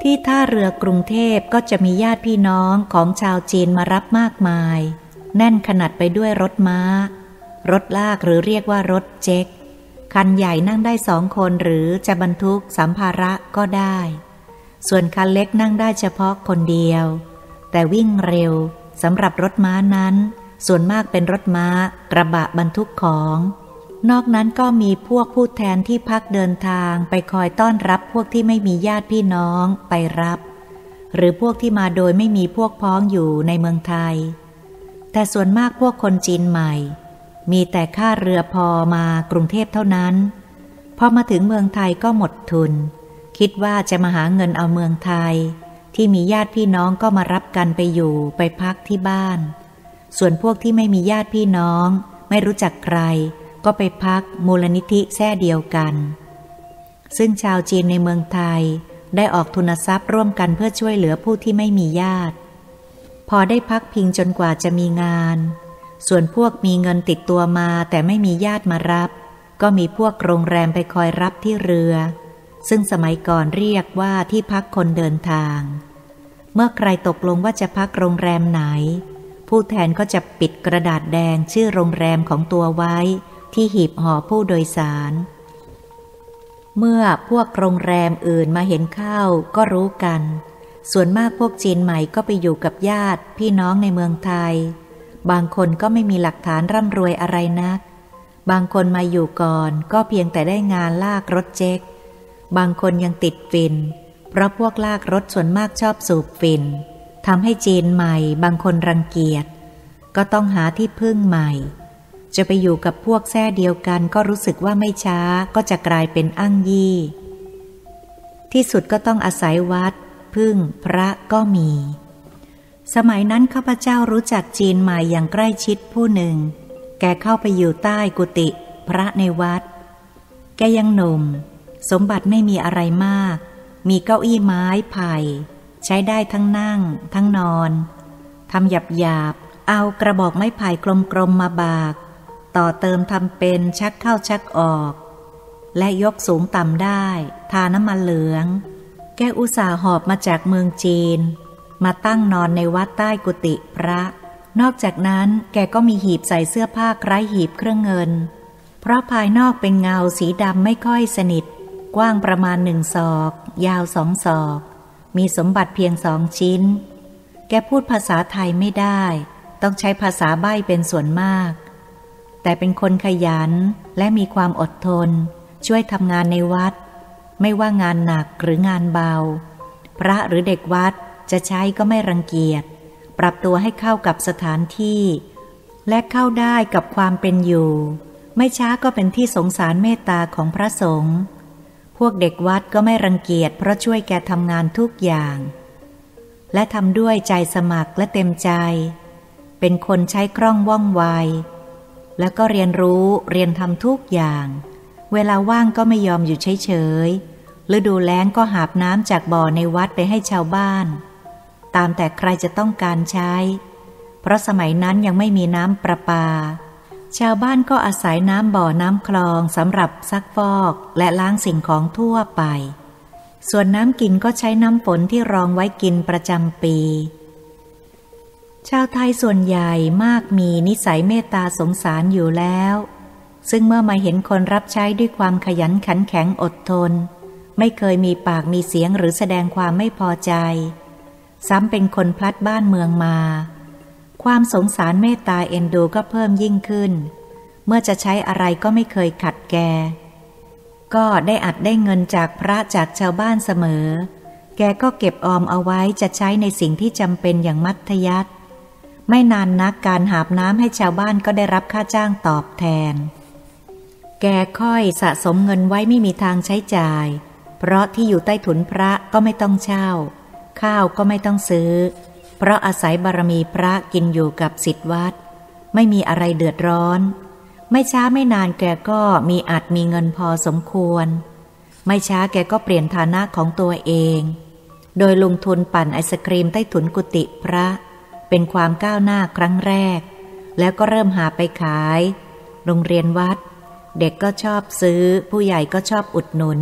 ที่ท่าเรือกรุงเทพก็จะมีญาติพี่น้องของชาวจีนมารับมากมายแน่นขนาดไปด้วยรถม้ารถลากหรือเรียกว่ารถเจ๊กคันใหญ่นั่งได้2 คนหรือจะบรรทุกสัมภาระก็ได้ส่วนคันเล็กนั่งได้เฉพาะคนเดียวแต่วิ่งเร็วสำหรับรถม้านั้นส่วนมากเป็นรถม้ากระบะบรรทุกของนอกนั้นก็มีพวกผู้แทนที่พักเดินทางไปคอยต้อนรับพวกที่ไม่มีญาติพี่น้องไปรับหรือพวกที่มาโดยไม่มีพวกพ้องอยู่ในเมืองไทยแต่ส่วนมากพวกคนจีนใหม่มีแต่ค่าเรือพอมากรุงเทพเท่านั้นพอมาถึงเมืองไทยก็หมดทุนคิดว่าจะมาหาเงินเอาเมืองไทยที่มีญาติพี่น้องก็มารับกันไปอยู่ไปพักที่บ้านส่วนพวกที่ไม่มีญาติพี่น้องไม่รู้จักใครก็ไปพักมูลนิธิแท้เดียวกันซึ่งชาวจีนในเมืองไทยได้ออกทุนทรัพย์ร่วมกันเพื่อช่วยเหลือผู้ที่ไม่มีญาติพอได้พักพิงจนกว่าจะมีงานส่วนพวกมีเงินติดตัวมาแต่ไม่มีญาติมารับก็มีพวกโรงแรมไปคอยรับที่เรือซึ่งสมัยก่อนเรียกว่าที่พักคนเดินทางเมื่อใครตกลงว่าจะพักโรงแรมไหนผู้แทนก็จะปิดกระดาษแดงชื่อโรงแรมของตัวไว้ที่หีบห่อผู้โดยสารเมื่อพวกโรงแรมอื่นมาเห็นเข้าก็รู้กันส่วนมากพวกจีนใหม่ก็ไปอยู่กับญาติพี่น้องในเมืองไทยบางคนก็ไม่มีหลักฐานร่ำรวยอะไรนักบางคนมาอยู่ก่อนก็เพียงแต่ได้งานลากรถเจ๊กบางคนยังติดฝิ่นเพราะพวกลากรถส่วนมากชอบสูบฝิ่นทำให้จีนใหม่บางคนรังเกียจก็ต้องหาที่พึ่งใหม่จะไปอยู่กับพวกแท้เดียวกันก็รู้สึกว่าไม่ช้าก็จะกลายเป็นอ้างยี่ที่สุดก็ต้องอาศัยวัดพึ่งพระก็มีสมัยนั้นข้าพเจ้ารู้จักจีนใหม่อย่างใกล้ชิดผู้หนึ่งแกเข้าไปอยู่ใต้กุฏิพระในวัดแกยังหนุ่มสมบัติไม่มีอะไรมากมีเก้าอี้ไม้ไผ่ใช้ได้ทั้งนั่งทั้งนอนทำหยาบๆเอากระบอกไม้ไผ่กลมๆมาบากต่อเติมทำเป็นชักเข้าชักออกและยกสูงต่ำได้ทาน้ำมันเหลืองแกอุตส่าห์หอบมาจากเมืองจีนมาตั้งนอนในวัดใต้กุฏิพระนอกจากนั้นแกก็มีหีบใส่เสื้อผ้าคล้ายหีบเครื่องเงินเพราะภายนอกเป็นเงาสีดำไม่ค่อยสนิทกว้างประมาณ1 ศอกยาว2 ศอกมีสมบัติเพียง2 ชิ้นแกพูดภาษาไทยไม่ได้ต้องใช้ภาษาใบ้เป็นส่วนมากแต่เป็นคนขยันและมีความอดทนช่วยทำงานในวัดไม่ว่างานหนักหรืองานเบาพระหรือเด็กวัดจะใช้ก็ไม่รังเกียจปรับตัวให้เข้ากับสถานที่และเข้าได้กับความเป็นอยู่ไม่ช้าก็เป็นที่สงสารเมตตาของพระสงฆ์พวกเด็กวัดก็ไม่รังเกียจเพราะช่วยแกทำงานทุกอย่างและทำด้วยใจสมัครและเต็มใจเป็นคนใช้คล่องว่องไวแล้วก็เรียนรู้เรียนทำทุกอย่างเวลาว่างก็ไม่ยอมอยู่เฉยๆฤดูแล้งก็หาบน้ำจากบ่อในวัดไปให้ชาวบ้านตามแต่ใครจะต้องการใช้เพราะสมัยนั้นยังไม่มีน้ำประปาชาวบ้านก็อาศัยน้ำบ่อน้ำคลองสำหรับซักฟอกและล้างสิ่งของทั่วไปส่วนน้ำกินก็ใช้น้ำฝนที่รองไว้กินประจำปีชาวไทยส่วนใหญ่มากมีนิสัยเมตตาสงสารอยู่แล้วซึ่งเมื่อมาเห็นคนรับใช้ด้วยความขยันขันแข็งอดทนไม่เคยมีปากมีเสียงหรือแสดงความไม่พอใจซ้ำเป็นคนพลัดบ้านเมืองมาความสงสารเมตตาเอ็นดูก็เพิ่มยิ่งขึ้นเมื่อจะใช้อะไรก็ไม่เคยขัดแกก็ได้อัดได้เงินจากพระจากชาวบ้านเสมอแกก็เก็บออมเอาไว้จะใช้ในสิ่งที่จำเป็นอย่างมัธยัสถ์ไม่นานนักการหาบน้ำให้ชาวบ้านก็ได้รับค่าจ้างตอบแทนแกค่อยสะสมเงินไว้ไม่มีทางใช้จ่ายเพราะที่อยู่ใต้ถุนพระก็ไม่ต้องเช่าข้าวก็ไม่ต้องซื้อเพราะอาศัยบารมีพระกินอยู่กับศิษย์วัดไม่มีอะไรเดือดร้อนไม่ช้าไม่นานแกก็มีอัดมีเงินพอสมควรไม่ช้าแกก็เปลี่ยนฐานะของตัวเองโดยลงทุนปั่นไอศกรีมใต้ถุนกุฏิพระเป็นความก้าวหน้าครั้งแรกแล้วก็เริ่มหาไปขายโรงเรียนวัดเด็กก็ชอบซื้อผู้ใหญ่ก็ชอบอุดหนุน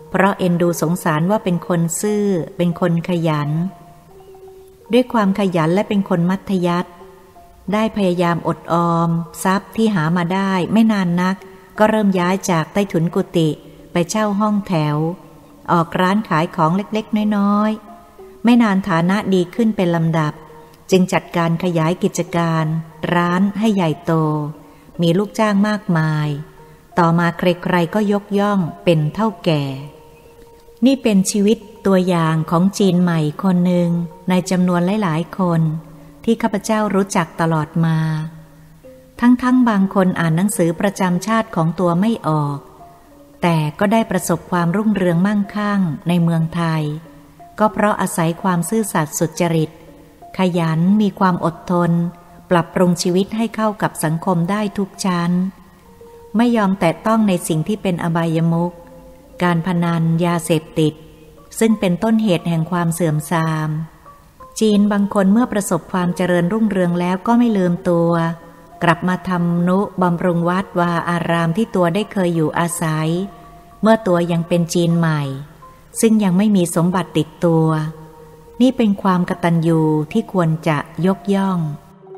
เพราะเอ็นดูสงสารว่าเป็นคนซื่อเป็นคนขยันด้วยความขยันและเป็นคนมัธยัสถ์ได้พยายามอดออมทรัพย์ที่หามาได้ไม่นานนักก็เริ่มย้ายจากใต้ถุนกุฏิไปเช่าห้องแถวออกร้านขายของเล็กๆน้อยๆไม่นานฐานะดีขึ้นเป็นลำดับจึงจัดการขยายกิจการร้านให้ใหญ่โตมีลูกจ้างมากมายต่อมาใครๆก็ยกย่องเป็นเท่าแก่นี่เป็นชีวิตตัวอย่างของจีนใหม่คนหนึ่งในจำนวนหลายๆคนที่ข้าพเจ้ารู้จักตลอดมาทั้งบางคนอ่านหนังสือประจำชาติของตัวไม่ออกแต่ก็ได้ประสบความรุ่งเรืองมั่งคั่งในเมืองไทยก็เพราะอาศัยความซื่อสัตย์สุจริตขยันมีความอดทนปรับปรุงชีวิตให้เข้ากับสังคมได้ทุกชั้นไม่ยอมแตะต้องในสิ่งที่เป็นอบายมุขการพนันยาเสพติดซึ่งเป็นต้นเหตุแห่งความเสื่อมทรามจีนบางคนเมื่อประสบความเจริญรุ่งเรืองแล้วก็ไม่ลืมตัวกลับมาทำนุบำรุงวัดวาอารามที่ตัวได้เคยอยู่อาศัยเมื่อตัวยังเป็นจีนใหม่ซึ่งยังไม่มีสมบัติติดตัวนี่เป็นความกตัญญูที่ควรจะยกย่อง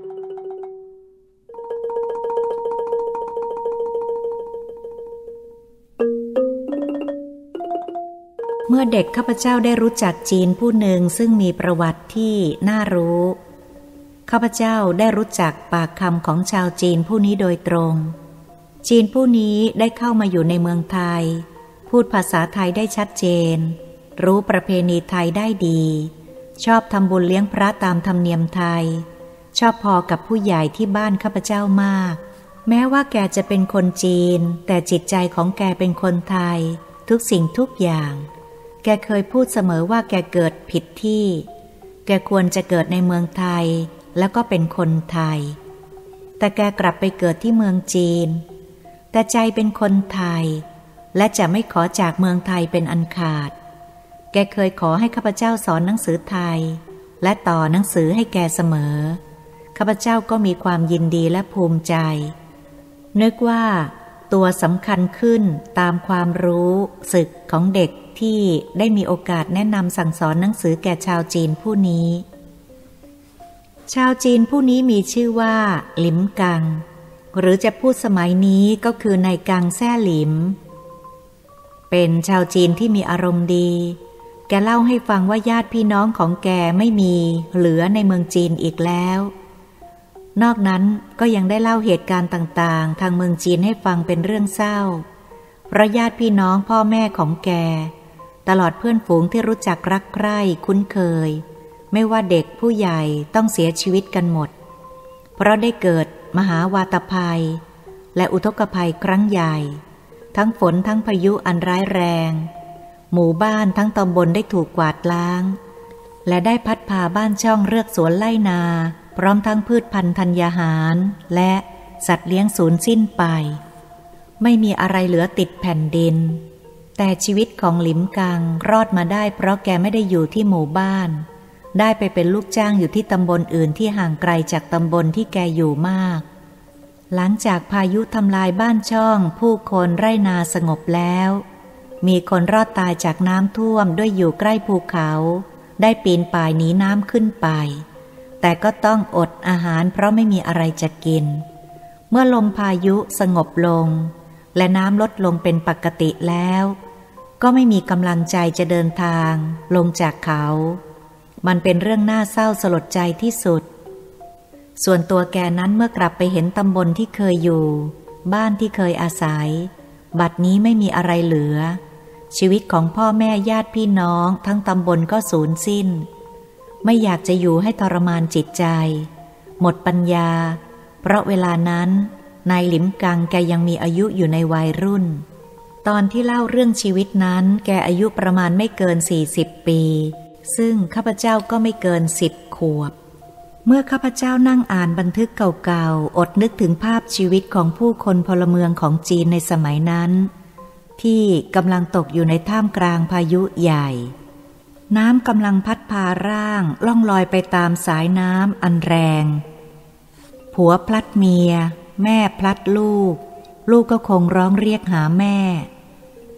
เมื่อเด็กข้าพเจ้าได้รู้จักจีนผู้หนึ่งซึ่งมีประวัติที่น่ารู้ข้าพเจ้าได้รู้จักปากคำของชาวจีนผู้นี้โดยตรงจีนผู้นี้ได้เข้ามาอยู่ในเมืองไทยพูดภาษาไทยได้ชัดเจนรู้ประเพณีไทยได้ดีชอบทำบุญเลี้ยงพระตามธรรมเนียมไทยชอบพอกับผู้ใหญ่ที่บ้านข้าพเจ้ามากแม้ว่าแกจะเป็นคนจีนแต่จิตใจของแกเป็นคนไทยทุกสิ่งทุกอย่างแกเคยพูดเสมอว่าแกเกิดผิดที่แกควรจะเกิดในเมืองไทยแล้วก็เป็นคนไทยแต่แกกลับไปเกิดที่เมืองจีนแต่ใจเป็นคนไทยและจะไม่ขอจากเมืองไทยเป็นอันขาดแกเคยขอให้ข้าพเจ้าสอนหนังสือไทยและต่อหนังสือให้แกเสมอข้าพเจ้าก็มีความยินดีและภูมิใจนึกว่าตัวสำคัญขึ้นตามความรู้สึกของเด็กที่ได้มีโอกาสแนะนำสั่งสอนหนังสือแก่ชาวจีนผู้นี้ชาวจีนผู้นี้มีชื่อว่าหลิมกังหรือจะพูดสมัยนี้ก็คือนายกังแซ่หลิมเป็นชาวจีนที่มีอารมณ์ดีแกเล่าให้ฟังว่าญาติพี่น้องของแกไม่มีเหลือในเมืองจีนอีกแล้วนอกนั้นก็ยังได้เล่าเหตุการณ์ต่างๆทางเมืองจีนให้ฟังเป็นเรื่องเศร้าเพราะญาติพี่น้องพ่อแม่ของแกตลอดเพื่อนฝูงที่รู้จักรักใคร่คุ้นเคยไม่ว่าเด็กผู้ใหญ่ต้องเสียชีวิตกันหมดเพราะได้เกิดมหาวาตภัยและอุทกภัยครั้งใหญ่ทั้งฝนทั้งพายุอันร้ายแรงหมู่บ้านทั้งตำบลได้ถูกกวาดล้างและได้พัดพาบ้านช่องเรือกสวนไร่นาพร้อมทั้งพืชพันธุ์ธัญญาหารและสัตว์เลี้ยงสูญสิ้นไปไม่มีอะไรเหลือติดแผ่นดินแต่ชีวิตของหลิมกังรอดมาได้เพราะแกไม่ได้อยู่ที่หมู่บ้านได้ไปเป็นลูกจ้างอยู่ที่ตำบลอื่นที่ห่างไกลจากตำบลที่แกอยู่มากหลังจากพายุทำลายบ้านช่องผู้คนไร่นาสงบแล้วมีคนรอดตายจากน้ำท่วมด้วยอยู่ใกล้ภูเขาได้ปีนป่ายหนีน้ำขึ้นไปแต่ก็ต้องอดอาหารเพราะไม่มีอะไรจะกินเมื่อลมพายุสงบลงและน้ำลดลงเป็นปกติแล้วก็ไม่มีกำลังใจจะเดินทางลงจากเขามันเป็นเรื่องน่าเศร้าสลดใจที่สุดส่วนตัวแกนั้นเมื่อกลับไปเห็นตำบลที่เคยอยู่บ้านที่เคยอาศัยบัดนี้ไม่มีอะไรเหลือชีวิตของพ่อแม่ญาติพี่น้องทั้งตำบลก็สูญสิ้นไม่อยากจะอยู่ให้ทรมานจิตใจหมดปัญญาเพราะเวลานั้นนายหลิมกังแกยังมีอายุอยู่ในวัยรุ่นตอนที่เล่าเรื่องชีวิตนั้นแกอายุประมาณไม่เกิน40 ปีซึ่งข้าพเจ้าก็ไม่เกิน10 ขวบเมื่อข้าพเจ้านั่งอ่านบันทึกเก่าๆอดนึกถึงภาพชีวิตของผู้คนพลเมืองของจีนในสมัยนั้นที่กำลังตกอยู่ในท่ามกลางพายุใหญ่น้ำกำลังพัดพาร่างล่องลอยไปตามสายน้ำอันแรงผัวพลัดเมียแม่พลัดลูกก็คงร้องเรียกหาแม่ค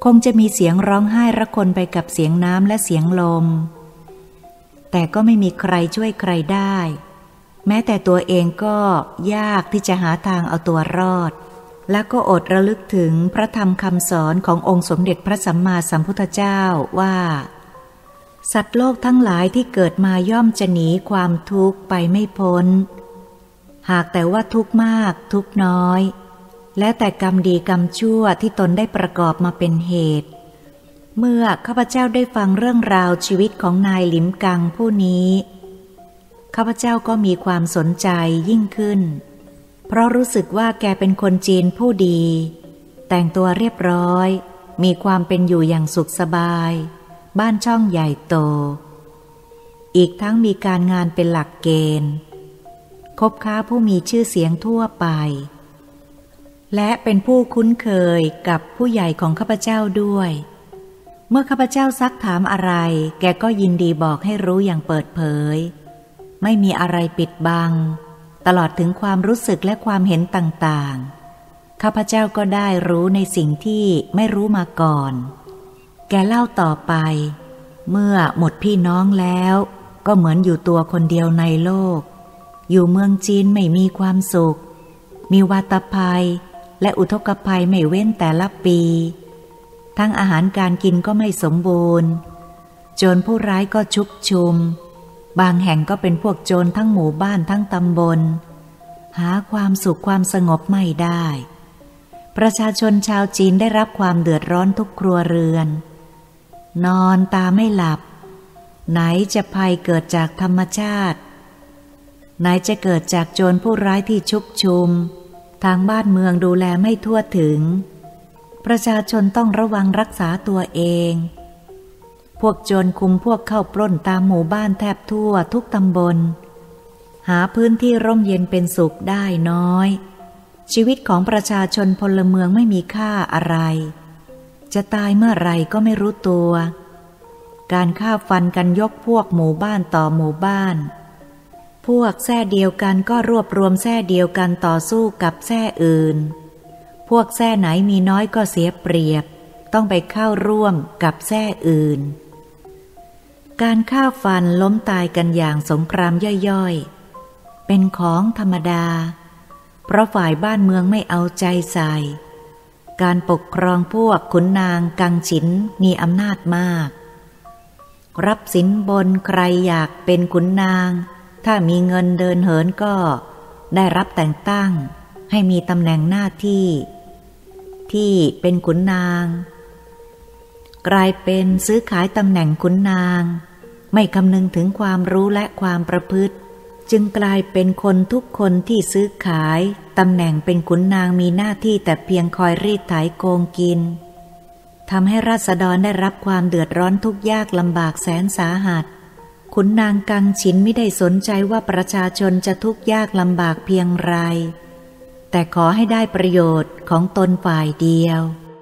คงจะมีเสียงร้องไห้ระคนไปกับเสียงน้ำและเสียงลมแต่ก็ไม่มีใครช่วยใครได้แม้แต่ตัวเองก็ยากที่จะหาทางเอาตัวรอดและก็อดระลึกถึงพระธรรมคำสอนขององค์สมเด็จพระสัมมาสัมพุทธเจ้าว่าสัตว์โลกทั้งหลายที่เกิดมาย่อมจะหนีความทุกข์ไปไม่พ้นหากแต่ว่าทุกข์มากทุกข์น้อยและแต่กรรมดีกรรมชั่วที่ตนได้ประกอบมาเป็นเหตุเมื่อข้าพเจ้าได้ฟังเรื่องราวชีวิตของนายหลิมกังผู้นี้ข้าพเจ้าก็มีความสนใจยิ่งขึ้นเพราะรู้สึกว่าแกเป็นคนจีนผู้ดีแต่งตัวเรียบร้อยมีความเป็นอยู่อย่างสุขสบายบ้านช่องใหญ่โตอีกทั้งมีการงานเป็นหลักเกณฑ์คบค้าผู้มีชื่อเสียงทั่วไปและเป็นผู้คุ้นเคยกับผู้ใหญ่ของข้าพเจ้าด้วยเมื่อข้าพเจ้าซักถามอะไรแกก็ยินดีบอกให้รู้อย่างเปิดเผยไม่มีอะไรปิดบังตลอดถึงความรู้สึกและความเห็นต่างๆข้าพเจ้าก็ได้รู้ในสิ่งที่ไม่รู้มาก่อนแกเล่าต่อไปเมื่อหมดพี่น้องแล้วก็เหมือนอยู่ตัวคนเดียวในโลกอยู่เมืองจีนไม่มีความสุขมีวาตภัยและอุทกภัยไม่เว้นแต่ละปีทั้งอาหารการกินก็ไม่สมบูรณ์โจรผู้ร้ายก็ชุกชุมบางแห่งก็เป็นพวกโจรทั้งหมู่บ้านทั้งตำบลหาความสุขความสงบไม่ได้ประชาชนชาวจีนได้รับความเดือดร้อนทุกครัวเรือนนอนตาไม่หลับไหนจะภัยเกิดจากธรรมชาติไหนจะเกิดจากโจรผู้ร้ายที่ชุกชุมทางบ้านเมืองดูแลไม่ทั่วถึงประชาชนต้องระวังรักษาตัวเองพวกโจรคุมพวกเข้าปล้นตามหมู่บ้านแทบทั่วทุกตำบลหาพื้นที่ร่มเย็นเป็นสุขได้น้อยชีวิตของประชาชนพลเมืองไม่มีค่าอะไรจะตายเมื่อไรก็ไม่รู้ตัวการฆ่าฟันกันยกพวกหมู่บ้านต่อหมู่บ้านพวกแส้เดียวกันก็รวบรวมแส้เดียวกันต่อสู้กับแส้อื่นพวกแส้ไหนมีน้อยก็เสียเปรียบต้องไปเข้าร่วมกับแส้อื่นการฆ่าฟันล้มตายกันอย่างสงครามย่อยๆเป็นของธรรมดาเพราะฝ่ายบ้านเมืองไม่เอาใจใส่การปกครองพวกขุนนางกังฉินมีอำนาจมากรับสินบนใครอยากเป็นขุนนางถ้ามีเงินเดินเหินก็ได้รับแต่งตั้งให้มีตำแหน่งหน้าที่เป็นขุนนางกลายเป็นซื้อขายตำแหน่งขุนนางไม่คำนึงถึงความรู้และความประพฤติจึงกลายเป็นคนทุกคนที่ซื้อขายตำแหน่งเป็นขุนนางมีหน้าที่แต่เพียงคอยรีดไถโกงกินทำให้ราษฎรได้รับความเดือดร้อนทุกข์ยากลำบากแสนสาหัสขุนนางกังฉินไม่ได้สนใจว่าประชาชนจะทุกข์ยากลำบากเพียงไรแต่ขอให้ได้ประโยชน์ของตนฝ่ายเดียว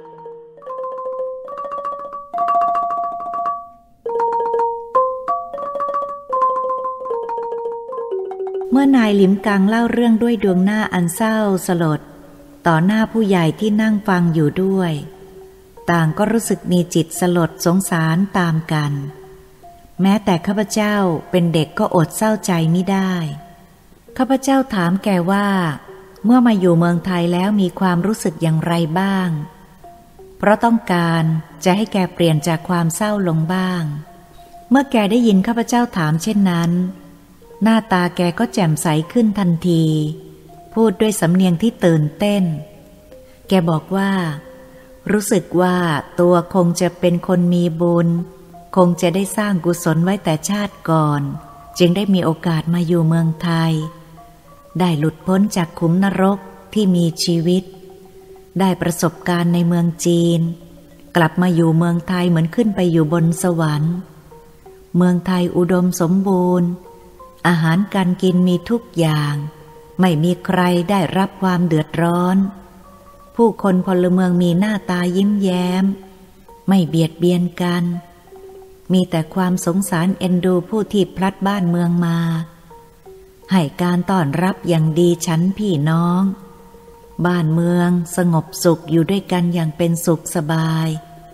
เมื่อนายหลิมกังเล่าเรื่องด้วยดวงหน้าอันเศร้าสลดต่อหน้าผู้ใหญ่ที่นั่งฟังอยู่ด้วยต่างก็รู้สึกมีจิตสลดสงสารตามกันแม้แต่ข้าพเจ้าเป็นเด็กก็อดเศร้าใจไม่ได้ข้าพเจ้าถามแกว่าเมื่อมาอยู่เมืองไทยแล้วมีความรู้สึกอย่างไรบ้างเพราะต้องการจะให้แกเปลี่ยนจากความเศร้าลงบ้างเมื่อแกได้ยินข้าพเจ้าถามเช่นนั้นหน้าตาแกก็แจ่มใสขึ้นทันทีพูดด้วยสำเนียงที่ตื่นเต้นแกบอกว่ารู้สึกว่าตัวคงจะเป็นคนมีบุญคงจะได้สร้างกุศลไว้แต่ชาติก่อนจึงได้มีโอกาสมาอยู่เมืองไทยได้หลุดพ้นจากขุมนรกที่มีชีวิตได้ประสบการณ์ในเมืองจีนกลับมาอยู่เมืองไทยเหมือนขึ้นไปอยู่บนสวรรค์เมืองไทยอุดมสมบูรณ์อาหารการกินมีทุกอย่างไม่มีใครได้รับความเดือดร้อนผู้คนพลเมืองมีหน้าตายิ้มแย้มไม่เบียดเบียนกันมีแต่ความสงสารเอ็นดูผู้ที่พลัดบ้านเมืองมาให้การต้อนรับอย่างดีฉันพี่น้องบ้านเมืองสงบสุขอยู่ด้วยกันอย่างเป็นสุขสบาย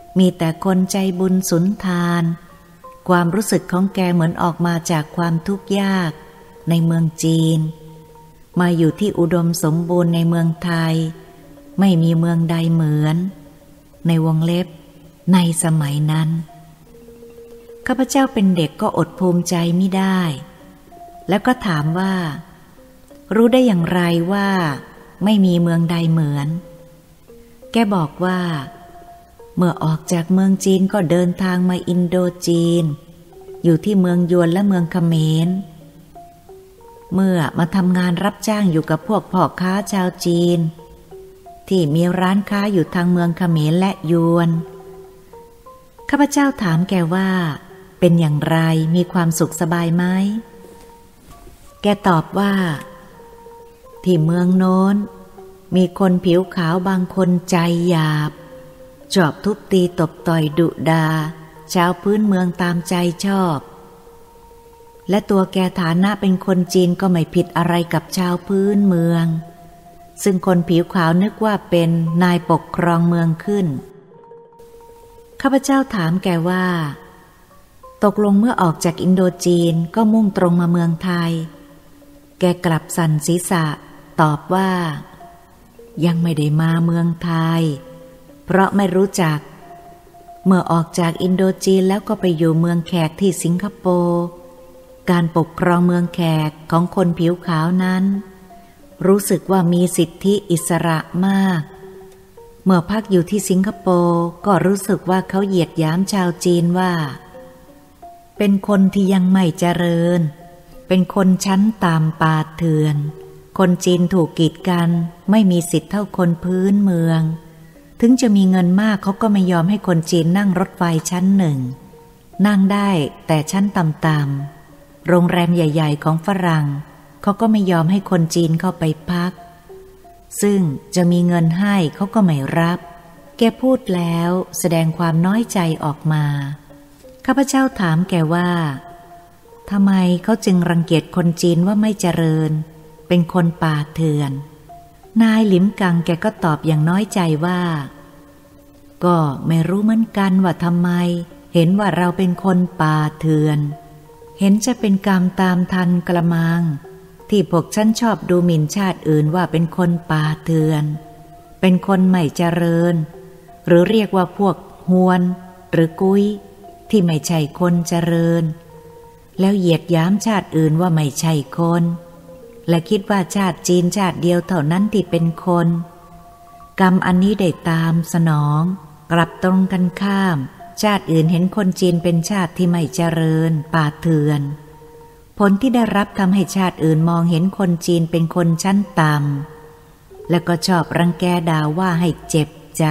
มีแต่คนใจบุญสุนทานความรู้สึกของแกเหมือนออกมาจากความทุกข์ยากในเมืองจีนมาอยู่ที่อุดมสมบูรณ์ในเมืองไทยไม่มีเมืองใดเหมือนในวงเล็บในสมัยนั้นข้าพเจ้าเป็นเด็กก็อดภูมิใจไม่ได้แล้วก็ถามว่ารู้ได้อย่างไรว่าไม่มีเมืองใดเหมือนแกบอกว่าเมื่อออกจากเมืองจีนก็เดินทางมาอินโดจีนอยู่ที่เมืองยวนและเมืองเขมรเมื่อมาทำงานรับจ้างอยู่กับพวกพ่อค้าชาวจีนที่มีร้านค้าอยู่ทางเมืองเขมรและยวนข้าพเจ้าถามแกว่าเป็นอย่างไรมีความสุขสบายไหมแกตอบว่าที่เมืองโน้นมีคนผิวขาวบางคนใจหยาบชอบทุบตีตบต่อยดุดาชาวพื้นเมืองตามใจชอบและตัวแกฐานะเป็นคนจีนก็ไม่ผิดอะไรกับชาวพื้นเมืองซึ่งคนผิวขาวนึกว่าเป็นนายปกครองเมืองขึ้นข้าพเจ้าถามแกว่าตกลงเมื่อออกจากอินโดจีนก็มุ่งตรงมาเมืองไทยแกกลับสั่นศีรษะตอบว่ายังไม่ได้มาเมืองไทยเพราะไม่รู้จักเมื่อออกจากอินโดจีนแล้วก็ไปอยู่เมืองแขกที่สิงคโปร์การปกครองเมืองแขกของคนผิวขาวนั้นรู้สึกว่ามีสิทธิอิสระมากเมื่อพักอยู่ที่สิงคโปร์ก็รู้สึกว่าเขาเหยียดหยามชาวจีนว่าเป็นคนที่ยังไม่เจริญเป็นคนชั้นต่ำป่าเถื่อนคนจีนถูกกีดกันไม่มีสิทธิ์เท่าคนพื้นเมืองถึงจะมีเงินมากเขาก็ไม่ยอมให้คนจีนนั่งรถไฟชั้นหนึ่งนั่งได้แต่ชั้นต่ำๆโรงแรมใหญ่ๆของฝรั่งเขาก็ไม่ยอมให้คนจีนเข้าไปพักซึ่งจะมีเงินให้เขาก็ไม่รับแกพูดแล้วแสดงความน้อยใจออกมาข้าพเจ้าถามแกว่าทำไมเขาจึงรังเกียจคนจีนว่าไม่เจริญเป็นคนป่าเถื่อนนายหลิมกังแกก็ตอบอย่างน้อยใจว่าก็ไม่รู้เหมือนกันว่าทำไมเห็นว่าเราเป็นคนป่าเถื่อนเห็นจะเป็นกรรมตามทันกระมังที่พวกฉันชอบดูหมิ่นชาติอื่นว่าเป็นคนป่าเถื่อนเป็นคนไม่เจริญหรือเรียกว่าพวกฮวนหรือกุ้ยที่ไม่ใช่คนเจริญแล้วเหยียดหยามชาติอื่นว่าไม่ใช่คนและคิดว่าชาติจีนชาติเดียวเท่านั้นที่เป็นคนกรรมอันนี้ได้ตามสนองกลับตรงกันข้ามชาติอื่นเห็นคนจีนเป็นชาติที่ไม่เจริญป่าเถื่อนผลที่ได้รับทำให้ชาติอื่นมองเห็นคนจีนเป็นคนชั้นต่ำและก็ชอบรังแกด่าว่าให้เจ็บใจ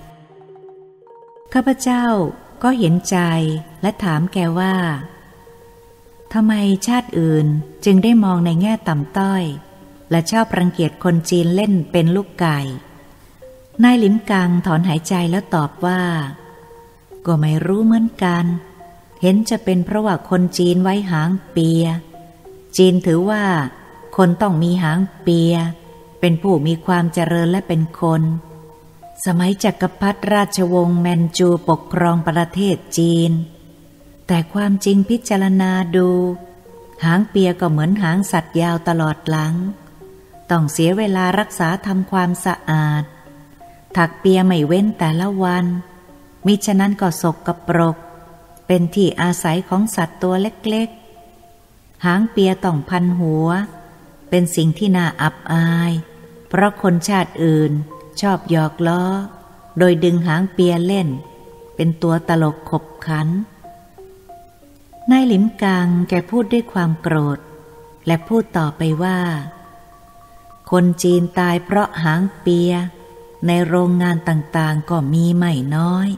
ข้าพเจ้าก็เห็นใจและถามแกว่าทำไมชาติอื่นจึงได้มองในแง่ต่ำต้อยและชอบรังเกียจคนจีนเล่นเป็นลูกไก่นายหลิมกังถอนหายใจแล้วตอบว่าก็ไม่รู้เหมือนกันเห็นจะเป็นเพราะว่าคนจีนไว้หางเปียจีนถือว่าคนต้องมีหางเปียเป็นผู้มีความเจริญและเป็นคนสมัยจักรพรรดิราชวงศ์แมนจูปกครองประเทศจีนแต่ความจริงพิจารณาดูหางเปียก็เหมือนหางสัตว์ยาวตลอดหลังต้องเสียเวลารักษาทำความสะอาดถักเปียไม่เว้นแต่ละวันมิฉะนั้นก็สกปรกเป็นที่อาศัยของสัตว์ตัวเล็กๆหางเปียต้องพันหัวเป็นสิ่งที่น่าอับอายเพราะคนชาติอื่นชอบหยอกล้อโดยดึงหางเปียเล่นเป็นตัวตลกขบขันนายหลิมกังแกพูดด้วยความโกรธและพูดต่อไปว่าคนจีนตายเพราะหางเปียในโรงงานต่างๆก็มีไม่น้อย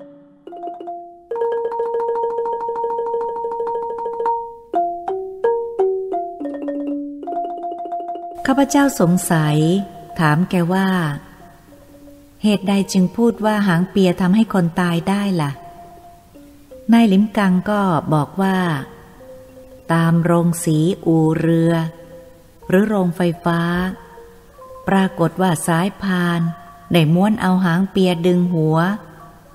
ข้าพเจ้าสงสัยถามแกว่าเหตุใดจึงพูดว่าหางเปียทำให้คนตายได้ล่ะนายหลิมกังก็บอกว่าตามโรงสีอู่เรือหรือโรงไฟฟ้าปรากฏว่าสายพานได้ม้วนเอาหางเปียดึงหัว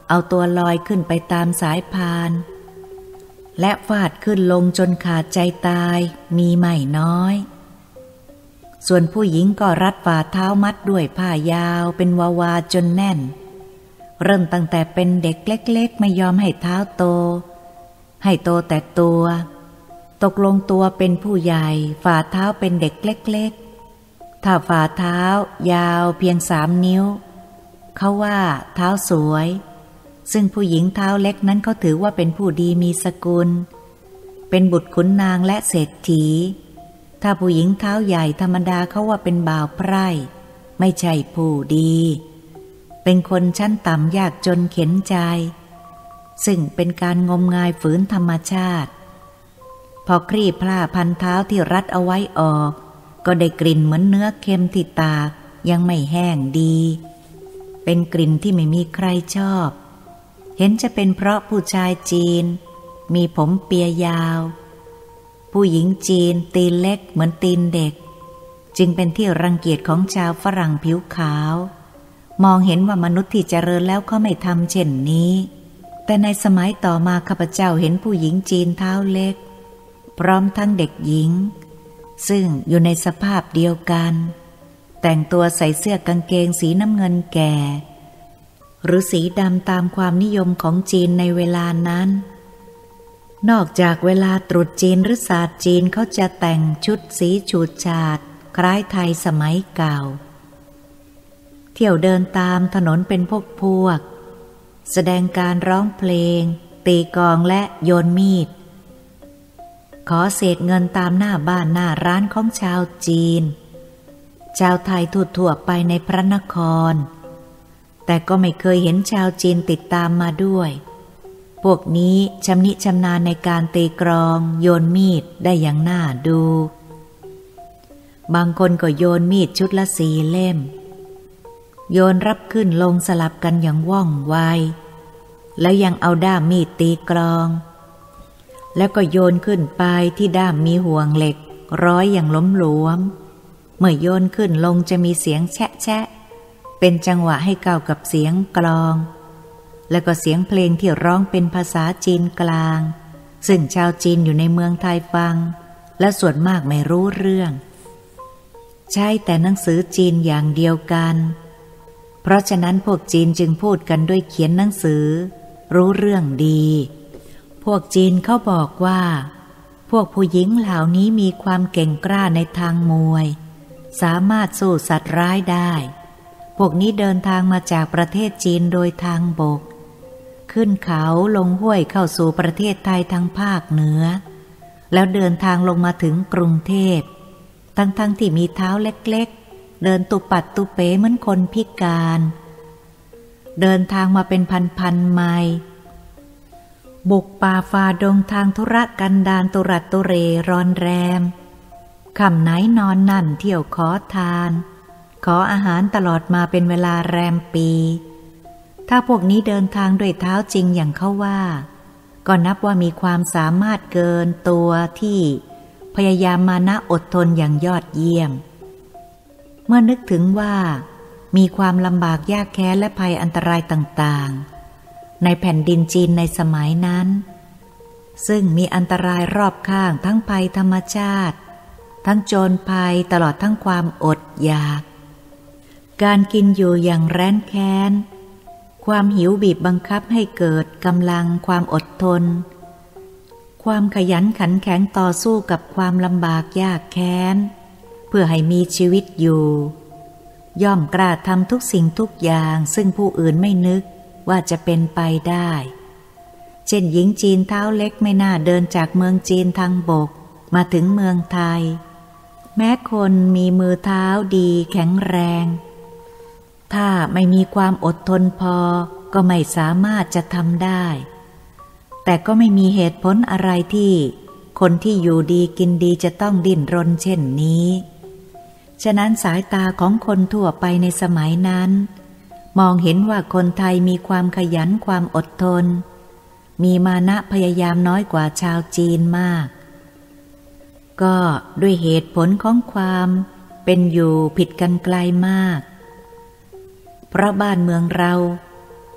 เอาตัวลอยขึ้นไปตามสายพานและฟาดขึ้นลงจนขาดใจตายมีไม่น้อยส่วนผู้หญิงก็รัดฝ่าเท้ามัดด้วยผ้ายาวเป็นวาจนแน่นเริ่มตั้งแต่เป็นเด็กเล็กๆไม่ยอมให้เท้าโตให้โตแต่ตัวตกลงตัวเป็นผู้ใหญ่ฝ่าเท้าเป็นเด็กเล็กๆถ้าฝ่าเท้ายาวเพียง3 นิ้วเขาว่าเท้าสวยซึ่งผู้หญิงเท้าเล็กนั้นเขาถือว่าเป็นผู้ดีมีสกุลเป็นบุตรขุนนางและเศรษฐีถ้าผู้หญิงเท้าใหญ่ธรรมดาเขาว่าเป็นบ่าวไพร่ไม่ใช่ผู้ดีเป็นคนชั้นต่ำยากจนเข็ญใจซึ่งเป็นการงมงายฝืนธรรมชาติพอคลี่ผ้าพันเท้าที่รัดเอาไว้ออกก็ได้กลิ่นเหมือนเนื้อเค็มที่ตากยังไม่แห้งดีเป็นกลิ่นที่ไม่มีใครชอบเห็นจะเป็นเพราะผู้ชายจีนมีผมเปียยาวผู้หญิงจีนตีนเล็กเหมือนตีนเด็กจึงเป็นที่รังเกียจของชาวฝรั่งผิวขาวมองเห็นว่ามนุษย์ที่เจริญแล้วเขาไม่ทำเช่นนี้แต่ในสมัยต่อมาข้าพเจ้าเห็นผู้หญิงจีนเท้าเล็กพร้อมทั้งเด็กหญิงซึ่งอยู่ในสภาพเดียวกันแต่งตัวใส่เสื้อกางเกงสีน้ำเงินแก่หรือสีดำตามความนิยมของจีนในเวลานั้นนอกจากเวลาตรุษจีนหรือศาสตร์จีนเขาจะแต่งชุดสีฉูดฉาดคล้ายไทยสมัยเก่าเที่ยวเดินตามถนนเป็นพวกแสดงการร้องเพลงตีกลองและโยนมีดขอเศษเงินตามหน้าบ้านหน้าร้านของชาวจีนชาวไทยทั่วไปในพระนครแต่ก็ไม่เคยเห็นชาวจีนติดตามมาด้วยพวกนี้ชำนิชำนาญในการตีกลองโยนมีดได้อย่างน่าดูบางคนก็โยนมีดชุดละ4 เล่มโยนรับขึ้นลงสลับกันอย่างว่องไวแล้วยังเอาด้ามมีดตีกลองแล้วก็โยนขึ้นไปที่ด้ามมีห่วงเหล็กร้อยอย่างล้มหลวมเมื่อโยนขึ้นลงจะมีเสียงแชะแชะเป็นจังหวะให้เข้ากับเสียงกลองแล้วก็เสียงเพลงที่ร้องเป็นภาษาจีนกลางซึ่งชาวจีนอยู่ในเมืองไทยฟังและส่วนมากไม่รู้เรื่องใช่แต่หนังสือจีนอย่างเดียวกันเพราะฉะนั้นพวกจีนจึงพูดกันด้วยเขียนหนังสือรู้เรื่องดีพวกจีนเขาบอกว่าพวกผู้หญิงเหล่านี้มีความเก่งกล้าในทางมวยสามารถสู้สัตว์ร้ายได้พวกนี้เดินทางมาจากประเทศจีนโดยทางบกขึ้นเขาลงห้วยเข้าสู่ประเทศไทยทางภาคเหนือแล้วเดินทางลงมาถึงกรุงเทพทั้งที่มีเท้าเล็กๆเดินตุปัดตุเป๋เหมือนคนพิการเดินทางมาเป็นพันไมล์บุกป่าฝ่าดงทางธุรกันดารตุรัสตุเรร้อนแรมค่ำไหนนอนนั่นเที่ยวขอทานขออาหารตลอดมาเป็นเวลาแรมปีถ้าพวกนี้เดินทางด้วยเท้าจริงอย่างเขาว่าก็นับว่ามีความสามารถเกินตัวที่พยายามมานะอดทนอย่างยอดเยี่ยมเมื่อนึกถึงว่ามีความลำบากยากแค้นและภัยอันตรายต่างๆในแผ่นดินจีนในสมัยนั้นซึ่งมีอันตรายรอบข้างทั้งภัยธรรมชาติทั้งโจรภัยตลอดทั้งความอดอยากการกินอยู่อย่างแร้นแค้นความหิวบีบบังคับให้เกิดกำลังความอดทนความขยันขันแข็งต่อสู้กับความลำบากยากแค้นเพื่อให้มีชีวิตอยู่ย่อมกล้าทำทุกสิ่งทุกอย่างซึ่งผู้อื่นไม่นึกว่าจะเป็นไปได้เช่นหญิงจีนเท้าเล็กไม่น่าเดินจากเมืองจีนทางบกมาถึงเมืองไทยแม้คนมีมือเท้าดีแข็งแรงถ้าไม่มีความอดทนพอก็ไม่สามารถจะทำได้แต่ก็ไม่มีเหตุผลอะไรที่คนที่อยู่ดีกินดีจะต้องดิ้นรนเช่นนี้ฉะนั้นสายตาของคนทั่วไปในสมัยนั้นมองเห็นว่าคนไทยมีความขยันความอดทนมีมานะพยายามน้อยกว่าชาวจีนมากก็ด้วยเหตุผลของความเป็นอยู่ผิดกันไกลมากเพราะบ้านเมืองเรา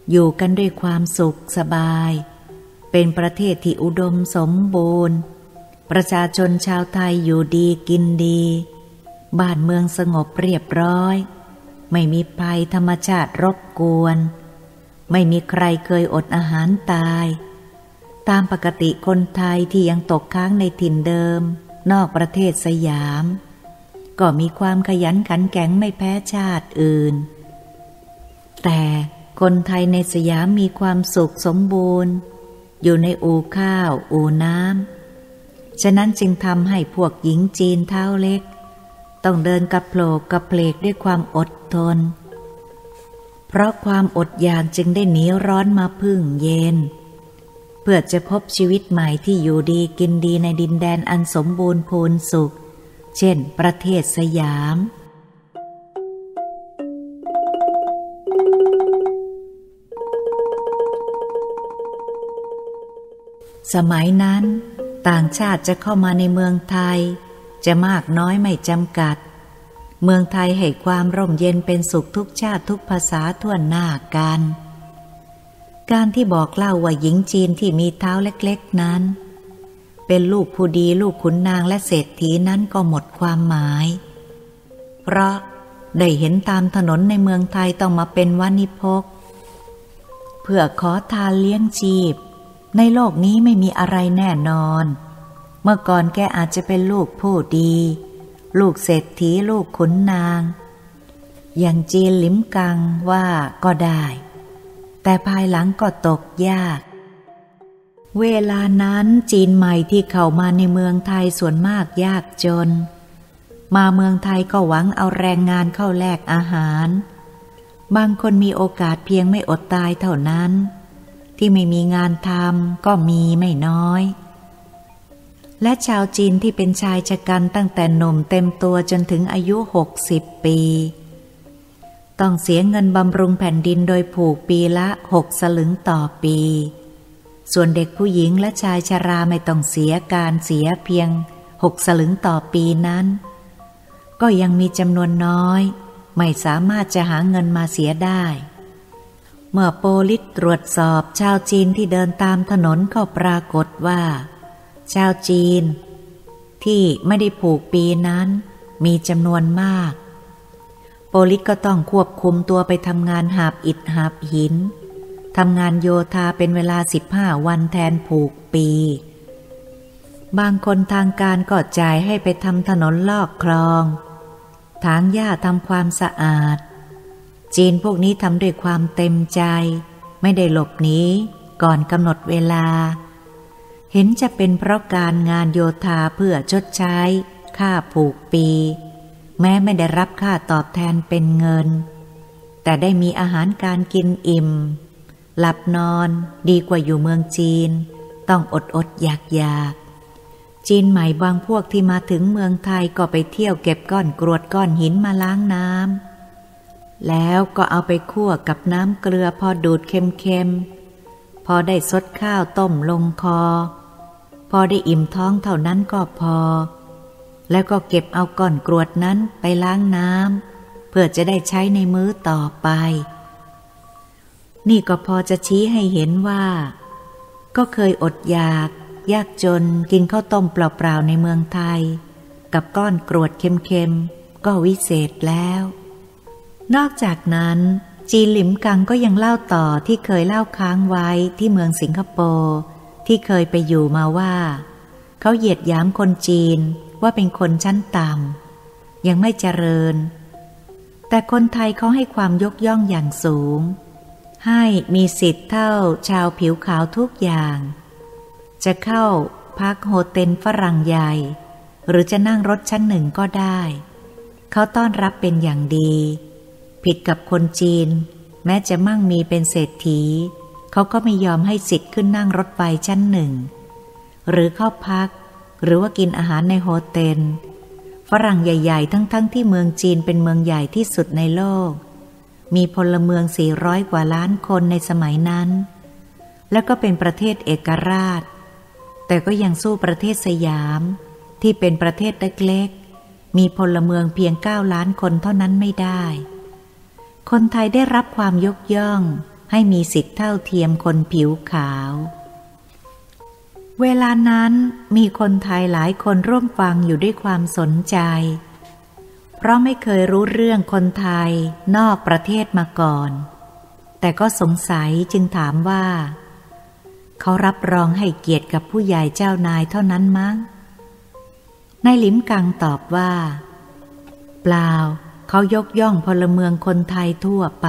อยู่กันด้วยความสุขสบายเป็นประเทศที่อุดมสมบูรณ์ประชาชนชาวไทยอยู่ดีกินดีบ้านเมืองสงบเรียบร้อยไม่มีภัยธรรมชาติรบกวนไม่มีใครเคยอดอาหารตายตามปกติคนไทยที่ยังตกค้างในถิ่นเดิมนอกประเทศสยามก็มีความขยันขันแข็งไม่แพ้ชาติอื่นแต่คนไทยในสยามมีความสุขสมบูรณ์อยู่ในอู่ข้าวอู่น้ำฉะนั้นจึงทำให้พวกหญิงจีนเท้าเล็กต้องเดินกระโผลกกระเพลกด้วยความอดทนเพราะความอดอยากจึงได้หนีร้อนมาพึ่งเย็นเพื่อจะพบชีวิตใหม่ที่อยู่ดีกินดีในดินแดนอันสมบูรณ์พูนสุขเช่นประเทศสยามสมัยนั้นต่างชาติจะเข้ามาในเมืองไทยจะมากน้อยไม่จำกัดเมืองไทยให้ความร่มเย็นเป็นสุขทุกชาติทุกภาษาทั่วหน้ากันการที่บอกเล่าว่าหญิงจีนที่มีเท้าเล็กๆนั้นเป็นลูกผู้ดีลูกขุนนางและเศรษฐีนั้นก็หมดความหมายเพราะได้เห็นตามถนนในเมืองไทยต้องมาเป็นวานิพกเพื่อขอทานเลี้ยงชีพในโลกนี้ไม่มีอะไรแน่นอนเมื่อก่อนแกอาจจะเป็นลูกผู้ดีลูกเศรษฐีลูกขุนนางอย่างจีนลิ้มกังว่าก็ได้แต่ภายหลังก็ตกยากเวลานั้นจีนใหม่ที่เข้ามาในเมืองไทยส่วนมากยากจนมาเมืองไทยก็หวังเอาแรงงานเข้าแลกอาหารบางคนมีโอกาสเพียงไม่อดตายเท่านั้นที่ไม่มีงานทำก็มีไม่น้อยและชาวจีนที่เป็นชายชะกันตั้งแต่หนุ่มเต็มตัวจนถึงอายุ60 ปีต้องเสียเงินบำรุงแผ่นดินโดยผูกปีละ6 สลึงต่อปีส่วนเด็กผู้หญิงและชายชราไม่ต้องเสียการเสียเพียง6 สลึงต่อปีนั้นก็ยังมีจำนวนน้อยไม่สามารถจะหาเงินมาเสียได้เมื่อโปลิสตรวจสอบชาวจีนที่เดินตามถนนก็ปรากฏว่าชาวจีนที่ไม่ได้ผูกปีนั้นมีจำนวนมากโปลิสก็ต้องควบคุมตัวไปทำงานหาบอิฐหาบหินทำงานโยธาเป็นเวลา15 วันแทนผูกปีบางคนทางการก็จ่ายให้ไปทำถนนลอกคลองถางหญ้าทำความสะอาดจีนพวกนี้ทำด้วยความเต็มใจไม่ได้หลบหนีก่อนกำหนดเวลาเห็นจะเป็นเพราะการงานโยธาเพื่อชดใช้ค่าผูกปีแม้ไม่ได้รับค่าตอบแทนเป็นเงินแต่ได้มีอาหารการกินอิ่มหลับนอนดีกว่าอยู่เมืองจีนต้องอดอยากจีนใหม่บางพวกที่มาถึงเมืองไทยก็ไปเที่ยวเก็บก้อนกรวดก้อนหินมาล้างน้ำแล้วก็เอาไปคั่วกับน้ำเกลือพอดูดเค็มๆพอได้ซดข้าวต้มลงคอพอได้อิ่มท้องเท่านั้นก็พอแล้วก็เก็บเอาก้อนกรวดนั้นไปล้างน้ำเพื่อจะได้ใช้ในมื้อต่อไปนี่ก็พอจะชี้ให้เห็นว่าก็เคยอดอยากยากจนกินข้าวต้มเปล่าๆในเมืองไทยกับก้อนกรวดเค็มๆก็วิเศษแล้วนอกจากนั้นจีนหลิมกังก็ยังเล่าต่อที่เคยเล่าค้างไว้ที่เมืองสิงคโปร์ที่เคยไปอยู่มาว่าเขาเหยียดหยามคนจีนว่าเป็นคนชั้นต่ำยังไม่เจริญแต่คนไทยเขาให้ความยกย่องอย่างสูงให้มีสิทธิ์เท่าชาวผิวขาวทุกอย่างจะเข้าพักโฮเทลฝรั่งใหญ่หรือจะนั่งรถชั้น 1ก็ได้เขาต้อนรับเป็นอย่างดีผิดกับคนจีนแม้จะมั่งมีเป็นเศรษฐีเขาก็ไม่ยอมให้สิทธิ์ขึ้นนั่งรถไฟชั้น 1หรือเข้าพักหรือว่ากินอาหารในโฮเทลฝรั่งใหญ่ๆทั้งที่เมืองจีนเป็นเมืองใหญ่ที่สุดในโลกมีพลเมือง400 กว่าล้านคนในสมัยนั้นแล้วก็เป็นประเทศเอกราชแต่ก็ยังสู้ประเทศสยามที่เป็นประเทศเล็กๆมีพลเมืองเพียง9 ล้านคนเท่านั้นไม่ได้คนไทยได้รับความยกย่องให้มีสิทธิเท่าเทียมคนผิวขาวเวลานั้นมีคนไทยหลายคนร่วมฟังอยู่ด้วยความสนใจเพราะไม่เคยรู้เรื่องคนไทยนอกประเทศมาก่อนแต่ก็สงสัยจึงถามว่าเขารับรองให้เกียรติกับผู้ใหญ่เจ้านายเท่านั้นมั้งนายหลิมกังตอบว่าเปล่าเขายกย่องพลเมืองคนไทยทั่วไป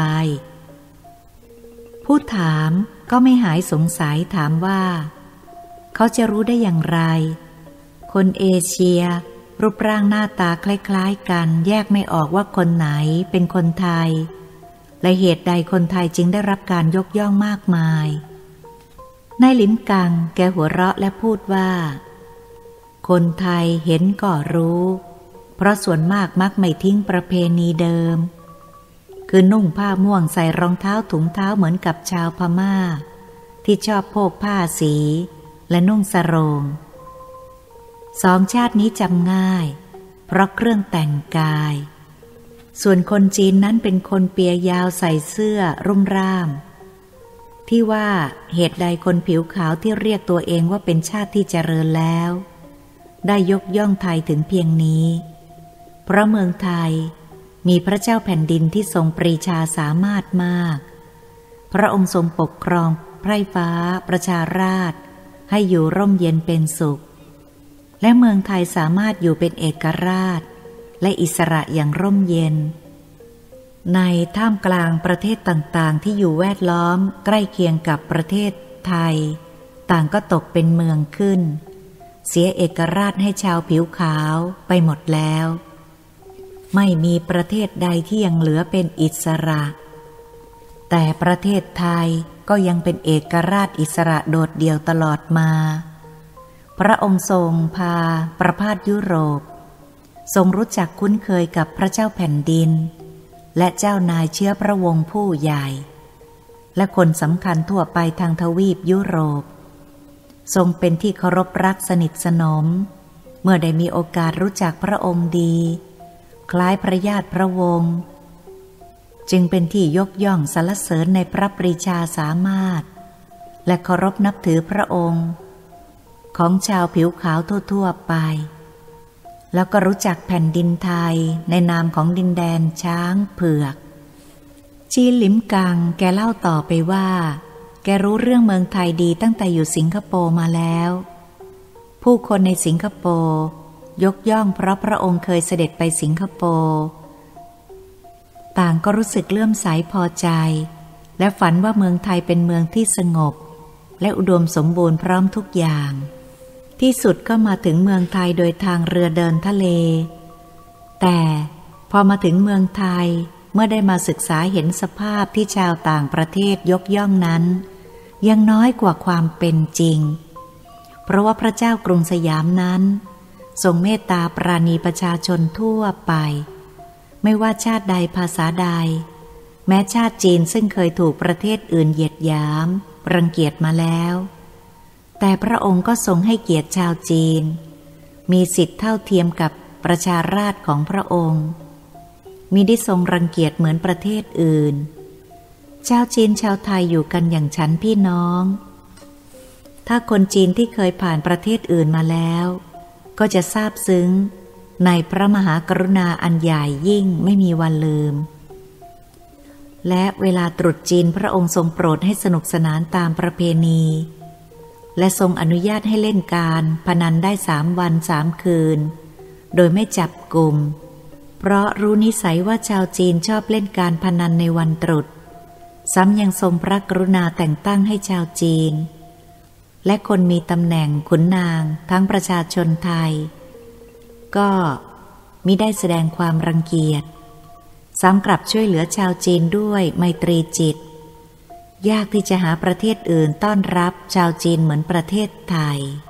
ผู้ถามก็ไม่หายสงสัยถามว่าเขาจะรู้ได้อย่างไรคนเอเชียรูปร่างหน้าตาคล้ายๆกันแยกไม่ออกว่าคนไหนเป็นคนไทยและเหตุใดคนไทยจึงได้รับการยกย่องมากมายนายหลิมกังแกหัวเราะและพูดว่าคนไทยเห็นก็รู้เพราะส่วนมากมักไม่ทิ้งประเพณีเดิมคือนุ่งผ้าม่วงใส่รองเท้าถุงเท้าเหมือนกับชาวพม่าที่ชอบโพกผ้าสีและนุ่งสโรงสองชาตินี้จำง่ายเพราะเครื่องแต่งกายส่วนคนจีนนั้นเป็นคนเปียยาวใส่เสื้อรุ่มร่ามที่ว่าเหตุใดคนผิวขาวที่เรียกตัวเองว่าเป็นชาติที่เจริญแล้วได้ยกย่องไทยถึงเพียงนี้เพราะเมืองไทยมีพระเจ้าแผ่นดินที่ทรงปรีชาสามารถมากพระองค์ทรงปกครองไพร่ฟ้าประชาราษฎร์ให้อยู่ร่มเย็นเป็นสุขและเมืองไทยสามารถอยู่เป็นเอกราชและอิสระอย่างร่มเย็นในท่ามกลางประเทศต่างๆที่อยู่แวดล้อมใกล้เคียงกับประเทศไทยต่างก็ตกเป็นเมืองขึ้นเสียเอกราชให้ชาวผิวขาวไปหมดแล้วไม่มีประเทศใดที่ยังเหลือเป็นอิสระแต่ประเทศไทยก็ยังเป็นเอกราชอิสระโดดเดี่ยวตลอดมาพระองค์ทรงพาประพาสยุโรปทรงรู้จักคุ้นเคยกับพระเจ้าแผ่นดินและเจ้านายเชื้อพระวงศ์ผู้ใหญ่และคนสำคัญทั่วไปทางทวีปยุโรปทรงเป็นที่เคารพรักสนิทสนมเมื่อได้มีโอกาสรู้จักพระองค์ดีคล้ายพระญาติพระวงศ์จึงเป็นที่ยกย่องสรรเสริญในพระปรีชาสามารถและเคารพนับถือพระองค์ของชาวผิวขาวทั่วๆไปแล้วก็รู้จักแผ่นดินไทยในนามของดินแดนช้างเผือกจีนหลิมกังแกเล่าต่อไปว่าแกรู้เรื่องเมืองไทยดีตั้งแต่อยู่สิงคโปร์มาแล้วผู้คนในสิงคโปร์ยกย่องเพราะพระองค์เคยเสด็จไปสิงคโปร์ต่างก็รู้สึกเลื่อมใสพอใจและฝันว่าเมืองไทยเป็นเมืองที่สงบและอุดมสมบูรณ์พร้อมทุกอย่างที่สุดก็มาถึงเมืองไทยโดยทางเรือเดินทะเลแต่พอมาถึงเมืองไทยเมื่อได้มาศึกษาเห็นสภาพที่ชาวต่างประเทศยกย่องนั้นยังน้อยกว่าความเป็นจริงเพราะว่าพระเจ้ากรุงสยามนั้นทรงเมตตาปราณีประชาชนทั่วไปไม่ว่าชาติใดภาษาใดแม้ชาติจีนซึ่งเคยถูกประเทศอื่นเหยียดหยามรังเกียจมาแล้วแต่พระองค์ก็ทรงให้เกียรติชาวจีนมีสิทธิเท่าเทียมกับประชาราษฎร์ของพระองค์มิได้ทรงรังเกียจเหมือนประเทศอื่นชาวจีนชาวไทยอยู่กันอย่างฉันพี่น้องถ้าคนจีนที่เคยผ่านประเทศอื่นมาแล้วก็จะซาบซึ้งในพระมหากรุณาอันใหญ่ยิ่งไม่มีวันลืมและเวลาตรุษจีนพระองค์ทรงโปรดให้สนุกสนานตามประเพณีและทรงอนุญาตให้เล่นการพนันได้3 วัน 3 คืนโดยไม่จับกลุ่มเพราะรู้นิสัยว่าชาวจีนชอบเล่นการพนันในวันตรุษซ้ำยังทรงพระกรุณาแต่งตั้งให้ชาวจีนและคนมีตำแหน่งขุนนางทั้งประชาชนไทยก็มิได้แสดงความรังเกียจซ้ำกลับช่วยเหลือชาวจีนด้วยไมตรีจิตยากที่จะหาประเทศอื่นต้อนรับชาวจีนเหมือนประเทศไทย